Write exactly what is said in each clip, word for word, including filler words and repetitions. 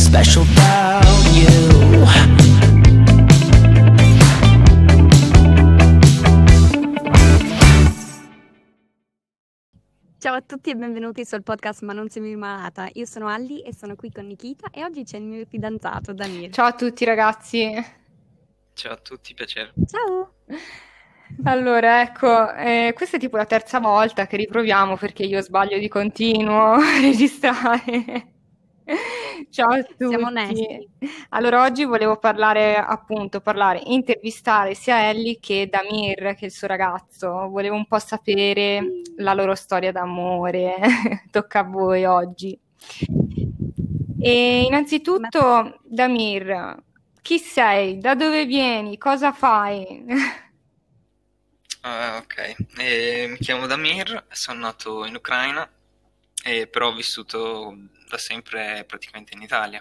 special about you. Ciao a tutti e benvenuti sul podcast Ma non sei malata. Io sono Alli e sono qui con Nikita e oggi c'è il mio fidanzato Damir. Ciao a tutti ragazzi. Ciao a tutti, piacere. Ciao. Allora, ecco, eh, questa è tipo la terza volta che riproviamo perché io sbaglio di continuo a registrare. Ciao a tutti. Siamo onesti. Allora, oggi volevo parlare, appunto, parlare, intervistare sia Ellie che Damir, che è il suo ragazzo. Volevo un po' sapere la loro storia d'amore. Tocca a voi oggi. E innanzitutto, Damir, chi sei? Da dove vieni? Cosa fai? Uh, ok, eh, mi chiamo Damir, sono nato in Ucraina, e però ho vissuto da sempre praticamente in Italia.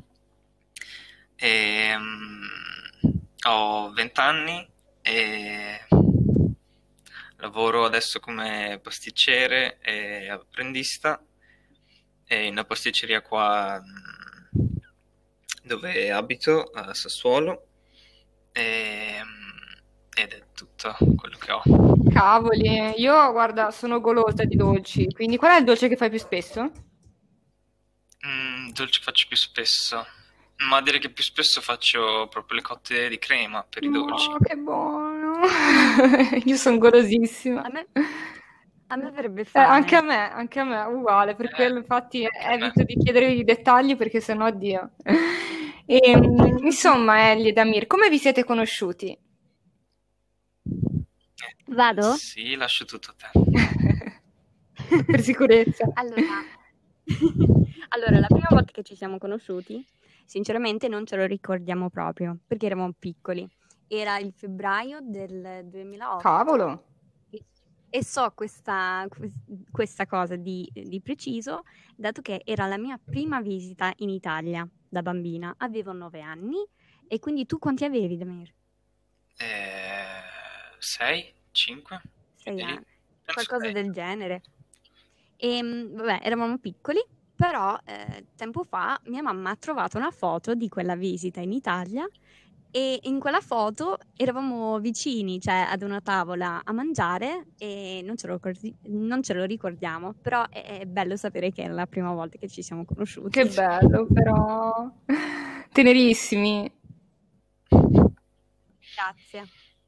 E, um, ho venti anni e lavoro adesso come pasticcere e apprendista e in una pasticceria qua dove abito, a Sassuolo. E, ed è tutto quello che ho. Cavoli, io guarda, sono golosa di dolci, quindi qual è il dolce che fai più spesso? Mm, dolci faccio più spesso, ma direi che più spesso faccio proprio le cotte di crema per i dolci. Oh, che buono! Io sono golosissima. A me, a me verrebbe Eh, fame. anche a me, anche a me, uguale, per Eh, quello infatti anche a me. evito di chiedere i dettagli perché sennò Dio. E, insomma, Ellie e Damir, come vi siete conosciuti? Eh, Vado? Sì, lascio tutto a te. Per sicurezza. Allora, allora, la prima volta che ci siamo conosciuti, sinceramente non ce lo ricordiamo proprio, perché eravamo piccoli. Era il febbraio del duemilaotto. Cavolo! E, e so questa, questa cosa di, di preciso, dato che era la mia prima visita in Italia da bambina. Avevo nove anni e quindi tu quanti avevi, Damir? Eh, sei? Cinque? Sei Di lì? anni, Penso qualcosa sei. del genere. E mh, vabbè, eravamo piccoli, però eh, tempo fa mia mamma ha trovato una foto di quella visita in Italia e in quella foto eravamo vicini, cioè ad una tavola a mangiare e non ce lo, ricordi- non ce lo ricordiamo, però è, è bello sapere che era la prima volta che ci siamo conosciuti. Che bello, però. Tenerissimi. Grazie.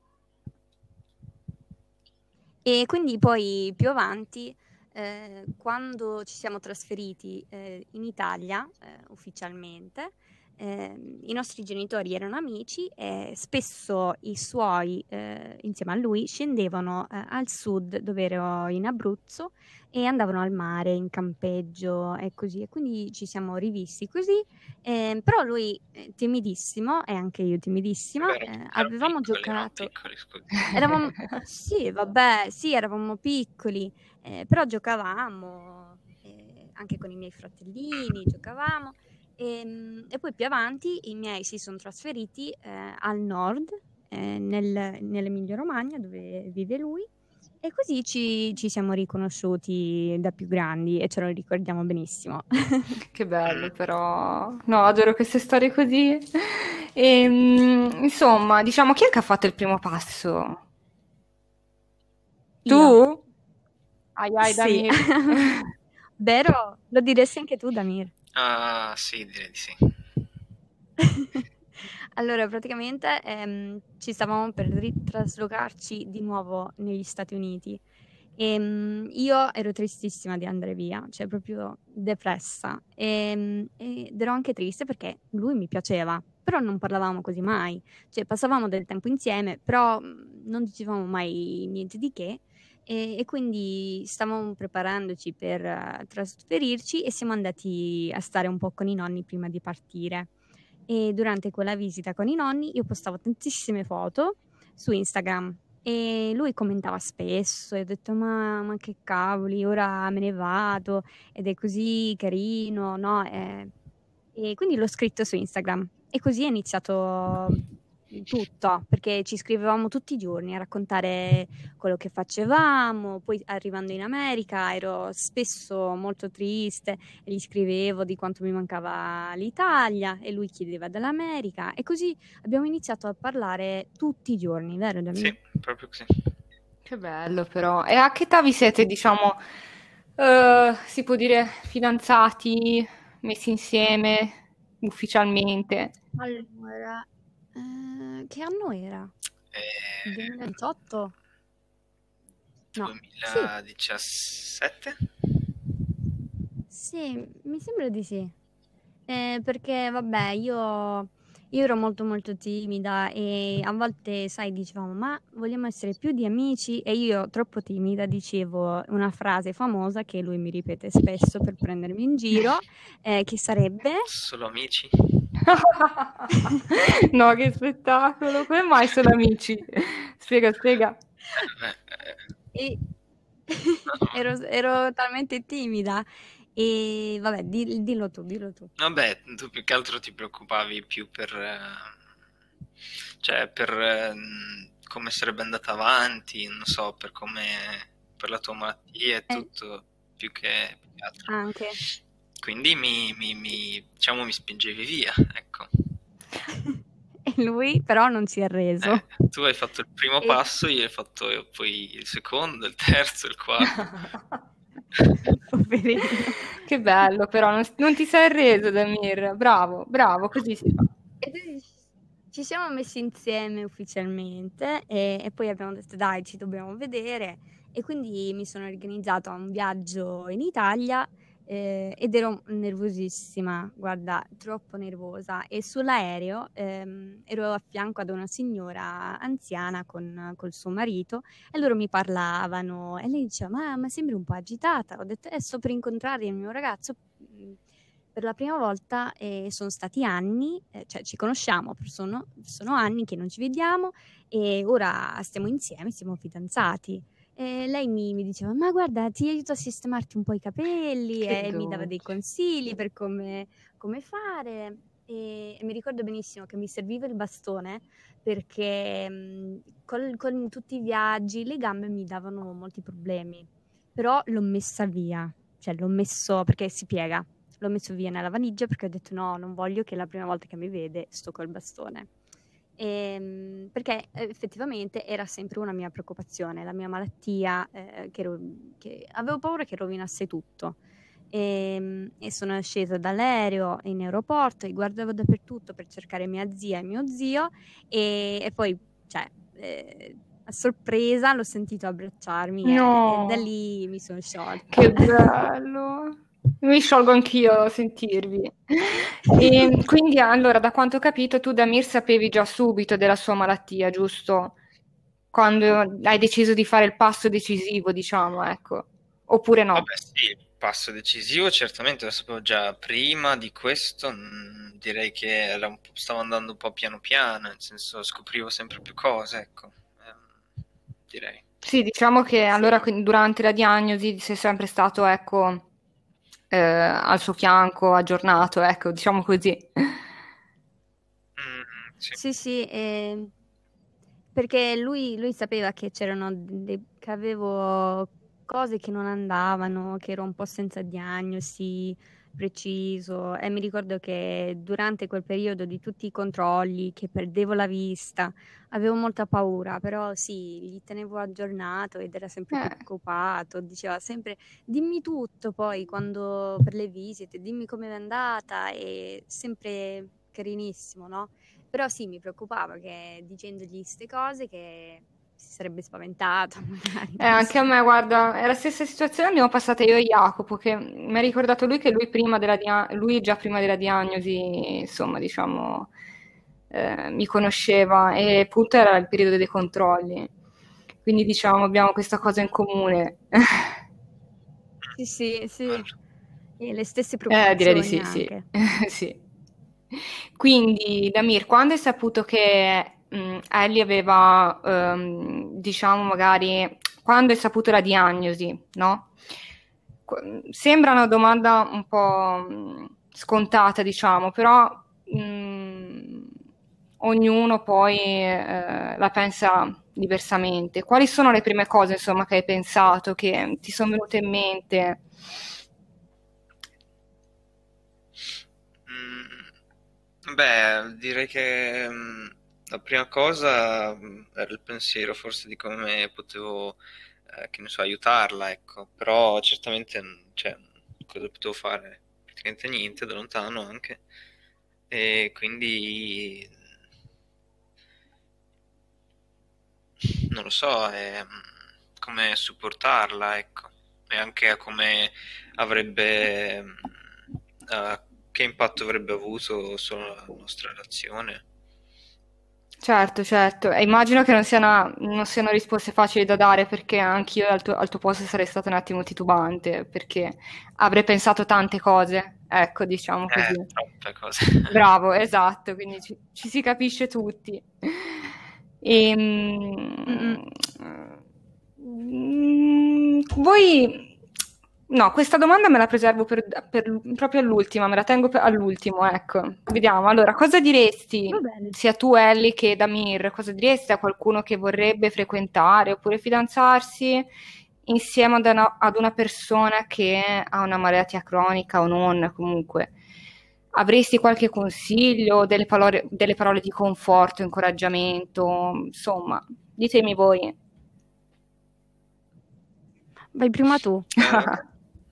E quindi poi più avanti, eh, quando ci siamo trasferiti eh, in Italia eh, ufficialmente, eh, i nostri genitori erano amici e spesso i suoi, eh, insieme a lui, scendevano eh, al sud, dove ero in Abruzzo, e andavano al mare, in campeggio e così. E quindi ci siamo rivisti così. Eh, però lui eh, timidissimo, e anche io timidissima, Vabbè, eh, erano avevamo piccoli, giocato. erano piccoli, scusa. Eravamo, sì, vabbè, sì, eravamo piccoli, eh, però giocavamo eh, anche con i miei fratellini, giocavamo. E, e poi più avanti i miei si sono trasferiti eh, al nord, eh, nel, nell'Emilia Romagna, dove vive lui, e così ci, ci siamo riconosciuti da più grandi e ce lo ricordiamo benissimo. Che bello, però. No, adoro queste storie così. E, mm, insomma, diciamo, chi è che ha fatto il primo passo? Tu? Io. Ai ai, Sì. Damir. Vero? Lo diresti anche tu, Damir? Ah, sì, direi di sì. Allora, praticamente ehm, ci stavamo per ritraslocarci di nuovo negli Stati Uniti. E, io ero tristissima di andare via, cioè proprio depressa. E, ed ero anche triste perché lui mi piaceva, però non parlavamo quasi mai. Cioè, passavamo del tempo insieme, però mh, non dicevamo mai niente di che. E, e quindi stavamo preparandoci per uh, trasferirci e siamo andati a stare un po' con i nonni prima di partire. E durante quella visita con i nonni io postavo tantissime foto su Instagram e lui commentava spesso e ho detto ma, ma che cavoli, ora me ne vado ed è così carino, no? E, e quindi l'ho scritto su Instagram e così è iniziato tutto, perché ci scrivevamo tutti i giorni a raccontare quello che facevamo. Poi arrivando in America ero spesso molto triste e gli scrivevo di quanto mi mancava l'Italia e lui chiedeva dell'America e così abbiamo iniziato a parlare tutti i giorni, vero Damir? Sì, proprio così. Che bello però. E a che età vi siete, diciamo, eh, si può dire fidanzati, messi insieme ufficialmente? Allora, eh, che anno era? Eh, duemiladiciotto? No, sì, duemiladiciassette? sì, mi sembra di sì. Eh, perché vabbè, io, io ero molto molto timida e a volte, sai, dicevamo, ma vogliamo essere più di amici? E io, troppo timida, dicevo una frase famosa che lui mi ripete spesso per prendermi in giro, eh, che sarebbe... Solo amici? No, che spettacolo! Come mai sono amici? Spiega, spiega. Eh, eh, E no. ero, ero talmente timida. E vabbè, di- dillo tu, dillo tu. Vabbè, tu più che altro ti preoccupavi più per, eh, cioè per eh, come sarebbe andata avanti, non so, per come, per la tua malattia e Eh, tutto, più che, più che altro. anche. Quindi mi, mi, mi- diciamo, mi spingevi via, ecco. E lui però non si è arreso. Eh, tu hai fatto il primo E... passo, io ho fatto poi il secondo, il terzo, il quarto. Poverino. Che bello, però non, non ti sei arreso, Damir. Bravo, bravo, così si fa. E quindi ci siamo messi insieme ufficialmente e, e poi abbiamo detto dai, ci dobbiamo vedere e quindi mi sono organizzata un viaggio in Italia eh, ed ero nervosissima, guarda, troppo nervosa e sull'aereo ehm, ero a fianco ad una signora anziana con col suo marito e loro mi parlavano e lei diceva ma, ma sembri un po' agitata, ho detto eh, sto per incontrare il mio ragazzo mh, per la prima volta e sono stati anni, eh, cioè ci conosciamo, però sono, sono anni che non ci vediamo e ora stiamo insieme, siamo fidanzati. E lei mi, mi diceva, ma guarda, ti aiuto a sistemarti un po' i capelli Che e mi dava dei dolce. consigli per come, come fare. E, e mi ricordo benissimo che mi serviva il bastone perché mh, col- con tutti i viaggi le gambe mi davano molti problemi, però l'ho messa via, cioè l'ho messo perché si piega. L'ho messo via nella valigia perché ho detto no, non voglio che la prima volta che mi vede sto col bastone. Ehm, perché eh, effettivamente era sempre una mia preoccupazione, la mia malattia, eh, che, ro- che avevo paura che rovinasse tutto. E, e sono scesa dall'aereo in aeroporto e guardavo dappertutto per cercare mia zia e mio zio e, e poi, cioè, eh, a sorpresa l'ho sentito abbracciarmi e, e da No, lì mi sono sciolta. che bello. Mi sciolgo anch'io a sentirvi. E quindi, allora, da quanto ho capito, tu, Damir, sapevi già subito della sua malattia, giusto? Quando hai deciso di fare il passo decisivo, diciamo, ecco. Oppure no? Vabbè, sì, il passo decisivo certamente lo sapevo già prima di questo, mh, direi che era un po'- stavo andando un po' piano piano, nel senso scoprivo sempre più cose, ecco, Ehm, direi. Sì, diciamo che allora Sì. quindi, durante la diagnosi sei sempre stato, ecco, eh, al suo fianco, aggiornato, ecco, diciamo così. Mm, sì. Sì, sì, ehm, perché lui, lui sapeva che c'erano de- che avevo cose che non andavano, che ero un po' senza diagnosi preciso e mi ricordo che durante quel periodo di tutti i controlli, che perdevo la vista, avevo molta paura, però sì, gli tenevo aggiornato ed era sempre Eh, preoccupato, diceva sempre dimmi tutto poi quando per le visite, dimmi com'è andata e sempre carinissimo, no? Però sì, mi preoccupava che dicendogli queste cose che si sarebbe spaventato magari, eh, non anche a so. me, guarda, è la stessa situazione abbiamo passata io e Jacopo, che mi ha ricordato lui che lui, prima della dia- lui già prima della diagnosi, insomma, diciamo, eh, mi conosceva e appunto era il periodo dei controlli. Quindi diciamo abbiamo questa cosa in Mhm. comune. Sì, sì, sì. Bello. E le stesse Eh, direi di preoccupazioni sì, sì. anche. Sì. Quindi, Damir, quando hai saputo che mh, Ellie aveva, ehm, diciamo, magari, quando hai saputo la diagnosi, no? Qu- Sembra una domanda un po' mh, scontata, diciamo, però mh, ognuno poi eh, la pensa diversamente. Quali sono le prime cose, insomma, che hai pensato, che ti sono venute in mente? Mm, beh, direi che mm, la prima cosa mm, era il pensiero forse di come potevo, eh, che ne so, aiutarla, ecco. Però certamente, mm, cioè, cosa potevo fare? Praticamente niente, da lontano anche. E quindi non lo so, è, mm, come supportarla, ecco, e anche come avrebbe, mm, eh, che impatto avrebbe avuto sulla nostra relazione. Certo, certo. E immagino che non siano, non siano risposte facili da dare perché anch'io al tuo, al tuo posto sarei stata un attimo titubante perché avrei pensato tante cose, ecco, diciamo così. Eh, troppe cose. Bravo, esatto, quindi ci, ci si capisce tutti. Mm-mm. Ehm, mm, voi... No, questa domanda me la preservo per, per- proprio all'ultima, me la tengo per- all'ultimo, ecco. Vediamo, allora, cosa diresti, Va bene. sia tu Ellie che Damir, cosa diresti a qualcuno che vorrebbe frequentare oppure fidanzarsi insieme ad una, ad una persona che ha una malattia cronica o non, comunque? Avresti qualche consiglio, delle parole, delle parole di conforto, incoraggiamento, insomma, ditemi voi. Vai prima tu. Eh,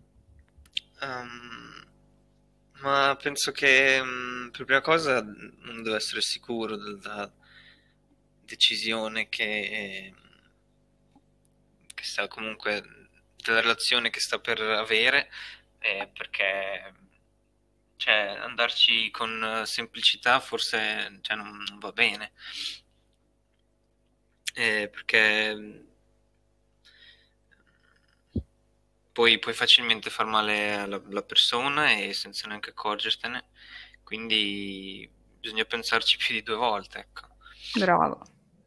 ehm, ma penso che mm, per prima cosa uno deve essere sicuro della decisione che, che sta comunque, della relazione che sta per avere, eh, perché cioè, andarci con semplicità forse cioè, non, non va bene. Eh, perché poi puoi facilmente far male alla, alla persona e senza neanche accorgertene, quindi bisogna pensarci più di due volte, ecco. Bravo.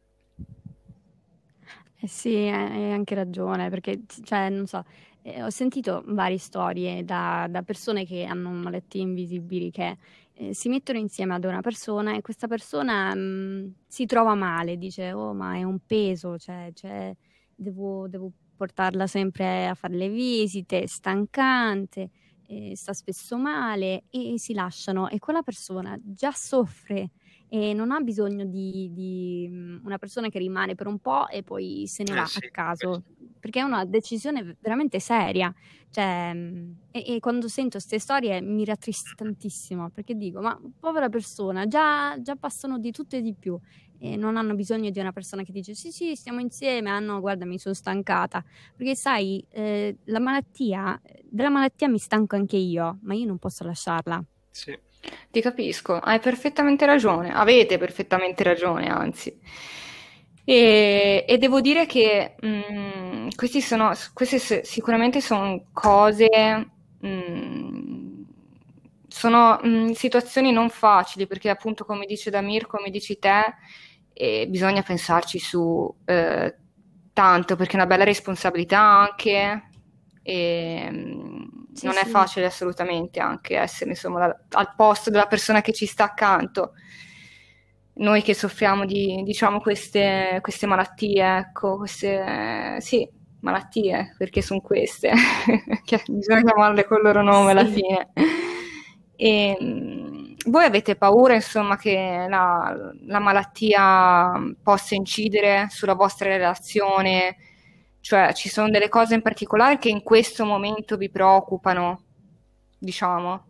Eh sì, hai hai anche ragione, perché c- cioè, non so, eh, ho sentito varie storie da, da persone che hanno malattie invisibili che eh, si mettono insieme ad una persona e questa persona mh, si trova male, dice, oh, ma è un peso, cioè, cioè, devo, devo portarla sempre a fare le visite, è stancante, eh, sta spesso male e si lasciano e quella persona già soffre e non ha bisogno di, di, mm, una persona che rimane per un po' e poi se ne Eh va a sì, caso, questo. perché è una decisione v- veramente seria. Cioè, mm, e, e quando sento queste storie mi rattrista tantissimo, perché dico, ma povera persona, già, già passano di tutto e di più. E non hanno bisogno di una persona che dice sì sì stiamo insieme, ah no guarda mi sono stancata, perché sai eh, la malattia, della malattia mi stanco anche io, ma io non posso lasciarla. Sì. Ti capisco, hai perfettamente ragione, avete perfettamente ragione, anzi. E, e devo dire che mm, questi sono, queste s- sicuramente sono cose, mm, sono mm, situazioni non facili, perché appunto come dice Damir, come dici te, eh, bisogna pensarci su eh, tanto, perché è una bella responsabilità anche, e mm, Sì, non è sì. facile assolutamente anche essere insomma da- al posto della persona che ci sta accanto. Noi che soffriamo di, diciamo, queste, queste malattie, ecco, queste, sì, malattie, perché sono queste, che bisogna chiamarle col loro nome alla Sì. fine. E, mh, voi avete paura, insomma, che la, la malattia possa incidere sulla vostra relazione? Cioè, ci sono delle cose in particolare che in questo momento vi preoccupano, diciamo?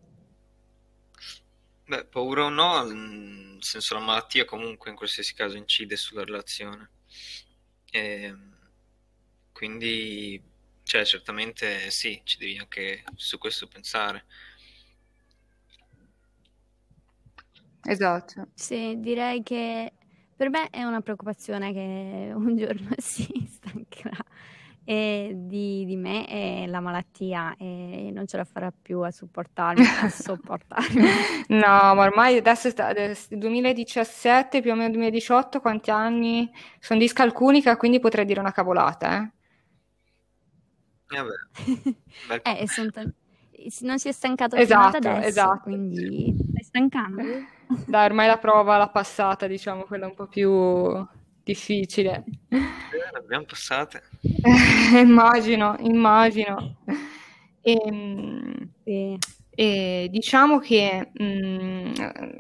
Beh, paura o no, mm, nel senso la malattia comunque in qualsiasi caso incide sulla relazione. E, quindi, cioè, certamente sì, ci devi anche su questo pensare. Esatto. Sì, direi che per me è una preoccupazione che un giorno si stancherà eh, di, di me e la malattia e non ce la farà più a supportarmi, a sopportarmi. No, ma ormai adesso sta- adesso duemiladiciassette più o meno duemiladiciotto, quanti anni? Sono discalculica, quindi potrei dire una cavolata, eh? E vabbè, bel po'. Eh, son tan- non si è stancato fino ad Esatto, adesso, esatto. quindi stai stancando? Dai, ormai la prova l'ha passata, diciamo, quella un po' più difficile. Eh, l'abbiamo passata. Eh, immagino, immagino. Ehm, Sì. E, diciamo che mm,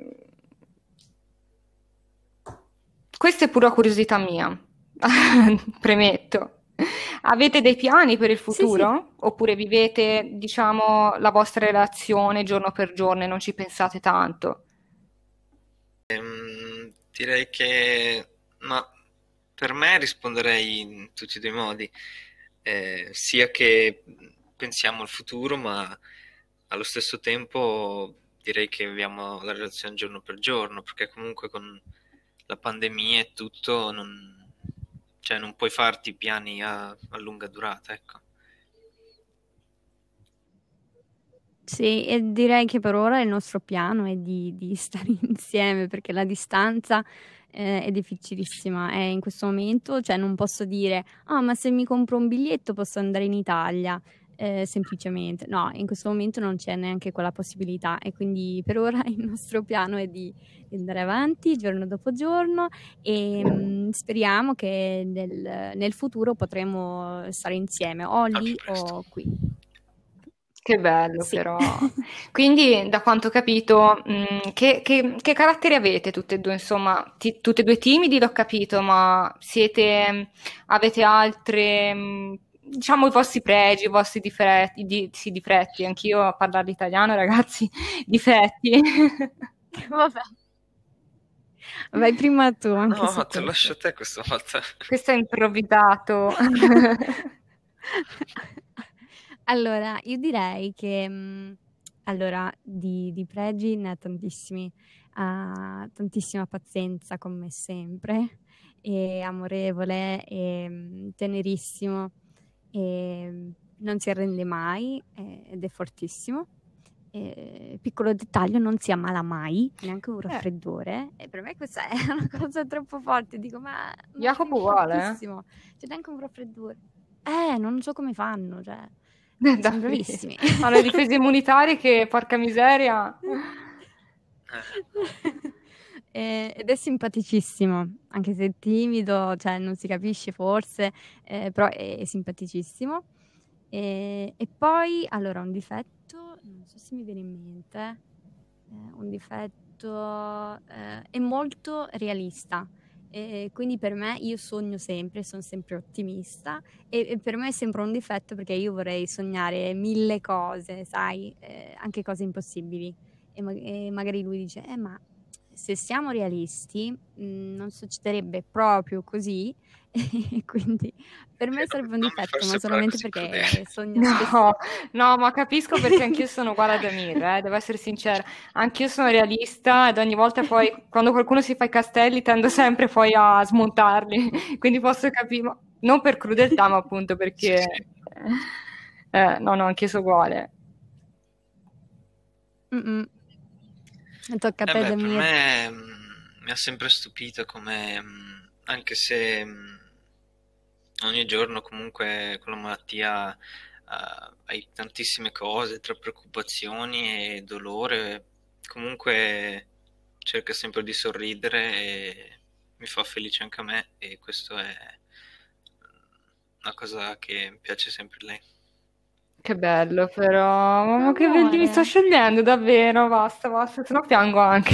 questa è pura curiosità mia, premetto. Avete dei piani per il Sì, sì. futuro? Oppure vivete, diciamo, la vostra relazione giorno per giorno e non ci pensate tanto? Ehm, direi che, ma per me risponderei in tutti e due i modi. Eh, sia che pensiamo al futuro, ma allo stesso tempo direi che viviamo la relazione giorno per giorno, perché comunque con la pandemia e tutto non, cioè non puoi farti piani a, a lunga durata, ecco. Sì, e direi che per ora il nostro piano è di, di stare insieme perché la distanza eh, è difficilissima e in questo momento, cioè, non posso dire, ah, ma se mi compro un biglietto posso andare in Italia, eh, semplicemente. No, in questo momento non c'è neanche quella possibilità e quindi per ora il nostro piano è di, di andare avanti giorno dopo giorno e mm, speriamo che nel, nel futuro potremo stare insieme o Al più lì presto. o qui. Che bello, Sì. però. Quindi, da quanto ho capito, mh, che, che- che caratteri avete tutte e due? Insomma, ti- tutte e due timidi, l'ho capito, ma siete, avete altre, mh, diciamo, i vostri pregi, i vostri difetti, di, sì, difetti, anch'io a parlare l'italiano, ragazzi, difetti. Vabbè. Vai prima tu anche su No, te lo lascio questo. a te questa volta. Questo è improvvisato. Allora, io direi che mh, allora, di, di pregi ne ha tantissimi. Ha tantissima pazienza con me sempre, è amorevole, è mh, tenerissimo, e mh, non si arrende mai eh, ed è fortissimo. Eh, piccolo dettaglio, non si ammala mai, neanche un Eh, raffreddore. E per me questa è una cosa troppo forte. Dico, ma, ma Jacopo sei uguale, eh? fortissimo. C'è neanche un raffreddore. Eh, non so come fanno, cioè, Eh, sono davvero. bravissimi. Hanno le difese immunitarie che, porca miseria. Eh, ed è simpaticissimo, anche se è timido, cioè non si capisce forse, eh, però è, è simpaticissimo. E, e poi, allora, un difetto, non so se mi viene in mente, eh, un difetto, eh, è molto realista. E quindi per me io sogno sempre, sono sempre ottimista e, e per me è sempre un difetto perché io vorrei sognare mille cose, sai, eh, anche cose impossibili. E, ma- e magari lui dice, eh, ma se siamo realisti, mh, non succederebbe proprio così. E quindi per me sarebbe un Non mi far difetto, ma sembrare solamente così perché crudele. sogno spesso. No, no, ma capisco perché anch'io sono uguale ad Amir, eh, devo essere sincera. Anch'io sono realista ed ogni volta poi, quando qualcuno si fa i castelli, tendo sempre poi a smontarli. Quindi posso capire, ma non per crudeltà, ma appunto Sì, perché... sì. Eh, no, no, anch'io sono uguale. Mm-mm. Tocca a Eh te, beh, per Damir. me mh, mi ha sempre stupito come, mh, anche se mh, ogni giorno comunque con la malattia eh, hai tantissime cose, tra preoccupazioni e dolore, comunque cerca sempre di sorridere e mi fa felice anche a me e questo è una cosa che mi piace sempre di lei. Che bello, però. Mamma, che belli, mi sto Amore. sciogliendo, davvero. Basta, basta, se no piango anche.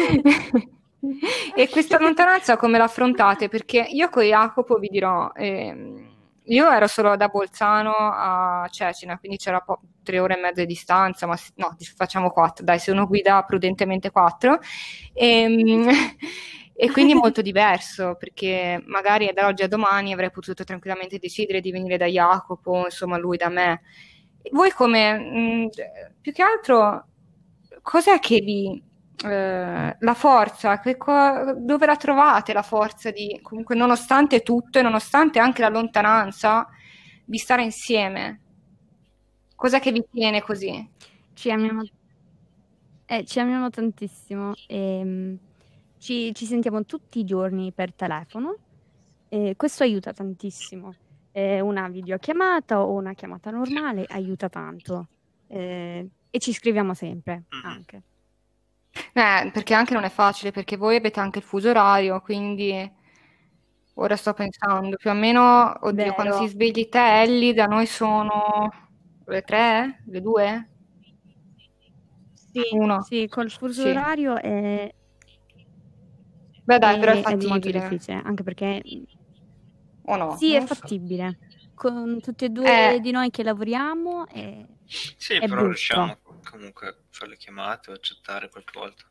E questa lontananza come l'affrontate? Perché io con Jacopo vi dirò, ehm, io ero solo da Bolzano a Cecina, quindi c'era po- tre ore e mezza di distanza, ma s- no, facciamo quattro, dai, se uno guida prudentemente quattro. Ehm, E quindi è molto diverso, perché magari da oggi a domani avrei potuto tranquillamente decidere di venire da Jacopo, insomma, lui da me. E voi come, mh, più che altro, cos'è che vi, eh, la forza, che co- dove la trovate la forza di, comunque, nonostante tutto e nonostante anche la lontananza, di stare insieme? Cos'è che vi tiene così? Ci amiamo, eh, ci amiamo tantissimo e mm, ci, ci sentiamo tutti i giorni per telefono e questo aiuta tantissimo. Eh, una videochiamata o una chiamata normale aiuta tanto. Eh, e ci scriviamo sempre Mhm. anche. Eh, perché anche non è facile, perché voi avete anche il fuso orario, quindi ora sto pensando, più o meno, oddio, quando si Vero. svegli te, Ellie, da noi sono le tre? Le due? Sì, Uno? sì, col fuso Sì. orario è, Beh dai, però è è- è molto fattibile, difficile, anche perché o no? sì, è Non lo so. fattibile. Con tutti e Eh, due di noi che lavoriamo è, Sì, è però riusciamo brutto. comunque a fare le chiamate o accettare qualche volta.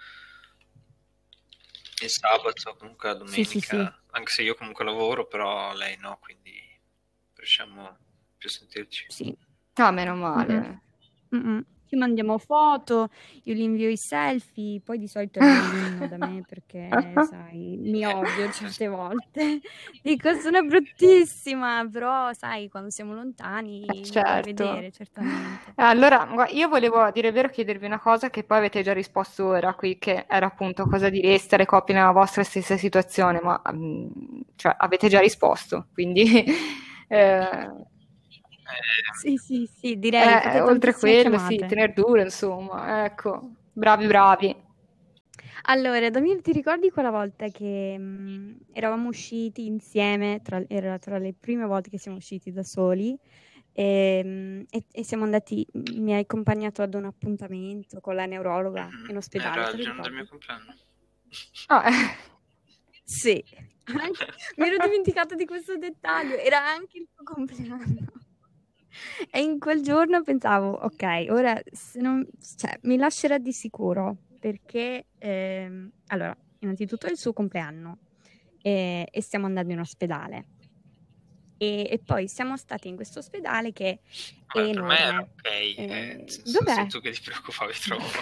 Il sabato, comunque la Sì, sì, sì. domenica, anche se io comunque lavoro, però lei no, quindi riusciamo più a sentirci. Sì. ah, meno Mm-mm. male. Mm-mm. Ci mandiamo foto, io gli invio i selfie, poi di solito lo elimino da me perché, sai, mi odio certe volte. Dico, sono bruttissima, però, sai, quando siamo lontani Eh, mi vuoi certo. vedere, certamente. Allora, gua- io volevo a dire il vero chiedervi una cosa che poi avete già risposto ora qui, che era appunto cosa direste alle coppie nella vostra stessa situazione, ma mm, cioè, avete già risposto, quindi eh, Eh, Sì, sì, sì, direi, eh, fate oltre a tantissime quello, sì, chiamate. tener duro, insomma, ecco, bravi, bravi. Allora, Damir, ti ricordi quella volta che mh, eravamo usciti insieme, tra, era tra le prime volte che siamo usciti da soli, e, mh, e- e siamo andati, mi hai accompagnato ad un appuntamento con la neurologa mhm. in ospedale, Era te il lo giorno del mio ricordi? compleanno. Ah, eh. Sì, anche- mi ero dimenticata di questo dettaglio, era anche il tuo compleanno. E in quel giorno pensavo, ok, ora se non, cioè, mi lascerà di sicuro perché, ehm, allora, innanzitutto è il suo compleanno e, e stiamo andando in ospedale. E, e poi siamo stati in questo ospedale che è Vabbè, per me era enorme. ok, eh, Eh, nel senso, sei dov'è? tu che ti preoccupavi troppo.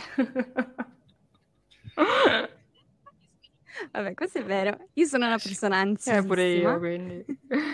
Vabbè, questo è vero. Io sono Eh una sì. persona Eh, pure io, ansiosissima. quindi.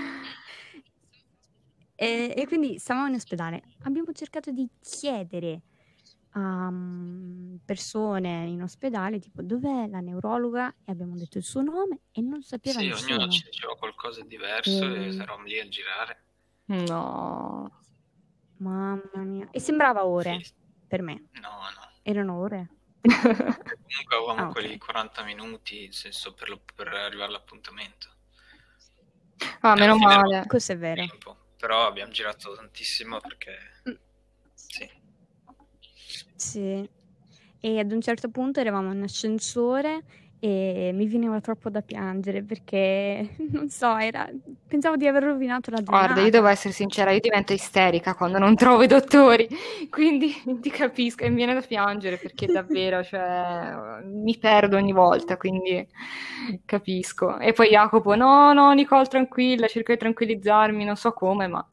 E, e quindi stavamo in ospedale. Abbiamo cercato di chiedere a mm, persone in ospedale, tipo, dov'è la neurologa? E abbiamo detto il suo nome e non sapeva Sì, ognuno ci nessuno. diceva qualcosa di diverso e E, eravamo lì a girare. No. mamma mia. E sembrava Sì. ore per me. No, no. Erano ore? Comunque avevamo Ah, quelli ok. quaranta minuti, nel senso, per, lo- per arrivare all'appuntamento. Ah, E alla meno fine era male. Questo è vero. tempo, però abbiamo girato tantissimo perché Mm, sì. sì. E ad un certo punto eravamo in ascensore e mi veniva troppo da piangere perché, non so, era... pensavo di aver rovinato la Guarda, io devo giornata. essere sincera, io divento isterica quando non trovo i dottori, quindi ti capisco e mi viene da piangere perché davvero, cioè, mi perdo ogni volta, quindi capisco. E poi Jacopo, no, no, Nicole, tranquilla, cerco di tranquillizzarmi, non so come, ma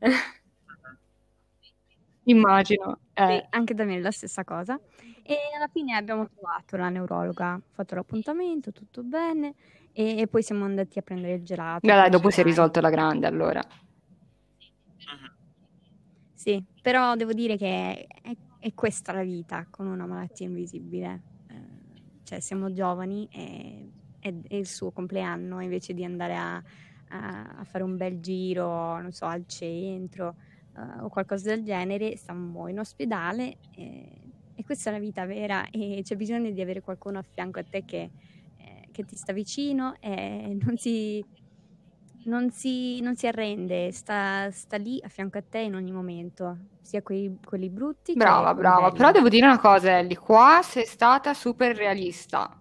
immagino. Sì, Eh. anche da me è la stessa cosa. E alla fine abbiamo trovato la neurologa, fatto l'appuntamento, tutto bene, e, e poi siamo andati a prendere il gelato Dai, dai, per dopo si è girare. risolto la grande, allora. Mhm. Sì, però devo dire che è, è questa la vita con una malattia invisibile. Eh, cioè, siamo giovani e è, è il suo compleanno, invece di andare a, a- a fare un bel giro, non so, al centro, eh, o qualcosa del genere, stiamo in ospedale e, e questa è la vita vera e c'è bisogno di avere qualcuno a fianco a te che, eh, che ti sta vicino e non si non si, non si arrende, sta, sta lì a fianco a te in ogni momento, sia quei- quelli brutti che Brava, quelli brava. Però belli. devo dire una cosa, Ellie, qua sei stata super realista.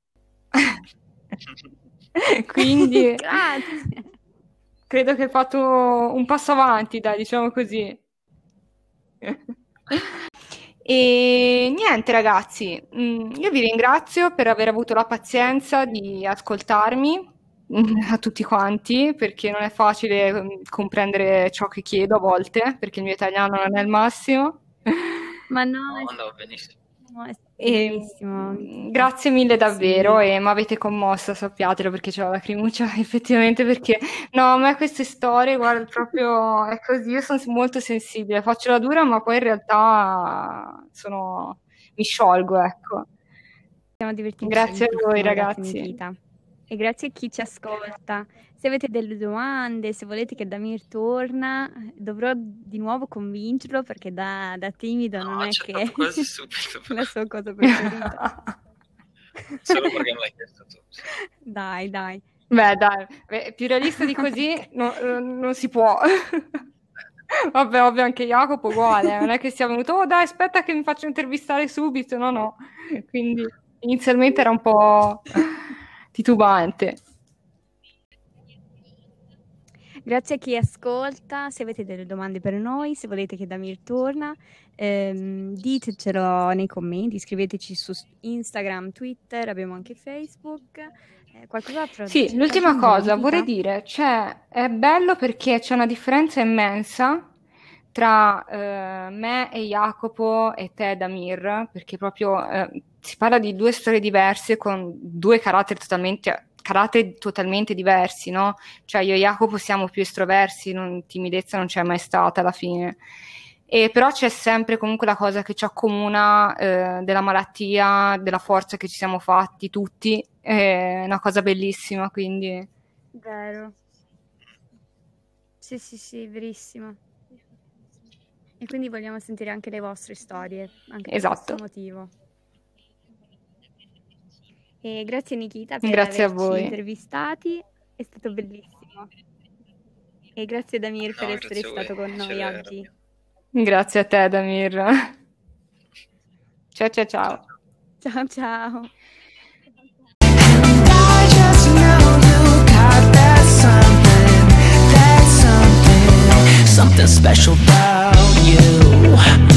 Quindi Grazie. credo che hai fatto un passo avanti, dai, diciamo così. E niente, ragazzi, mm, io vi ringrazio per aver avuto la pazienza di ascoltarmi, mm, a tutti quanti, perché non è facile mm, comprendere ciò che chiedo a volte, perché il mio italiano non è il massimo. Ma no, No, è andava benissimo. stato, è stato E, bellissimo. mm, grazie mille davvero Sì. e mi avete commossa, sappiatelo, perché c'ho la lacrimuccia effettivamente, perché no, a me queste storie, guarda, proprio è così, io sono molto sensibile, faccio la dura, ma poi in realtà sono, mi sciolgo, ecco. Siamo divertiti Grazie a il voi, fumo della ragazzi. finitita. E grazie a chi ci ascolta. Se avete delle domande, se volete che Damir torna, dovrò di nuovo convincerlo perché da, da timido No, non è ci ha che fatto quasi subito. è la sua cosa preferita. Solo perché me l'hai chiesto tu. Sì. Dai, dai. Beh, dai, beh, più realista di così no- non, non si può. Vabbè, ovvio, anche Jacopo uguale, non è che sia venuto, oh dai, aspetta che mi faccio intervistare subito, no, no. Quindi inizialmente era un po' titubante. Grazie a chi ascolta, se avete delle domande per noi, se volete che Damir torna, ehm, ditecelo nei commenti, scriveteci su Instagram, Twitter, abbiamo anche Facebook. Eh, qualcos'altro? Sì, c'è l'ultima da aggiungere, cosa, vorrei Nikita? dire, cioè, è bello perché c'è una differenza immensa tra eh, me e Jacopo e te, Damir, perché proprio eh, si parla di due storie diverse con due caratteri totalmente, caratteri totalmente diversi, no? Cioè io e Jacopo siamo più estroversi, non, timidezza non c'è mai stata alla fine. E però c'è sempre comunque la cosa che ci accomuna eh, della malattia, della forza che ci siamo fatti tutti, è una cosa bellissima, quindi Vero. Sì, sì, sì, verissimo. E quindi vogliamo sentire anche le vostre storie, anche per esatto. questo motivo. E grazie Nikita per Grazie a averci voi. intervistati, è stato bellissimo. E grazie Damir per No, essere grazie a voi, stato con noi piacere era oggi. mio. Grazie a te, Damir. Ciao ciao ciao. Ciao ciao. I just know you got that something, that something, something special about you.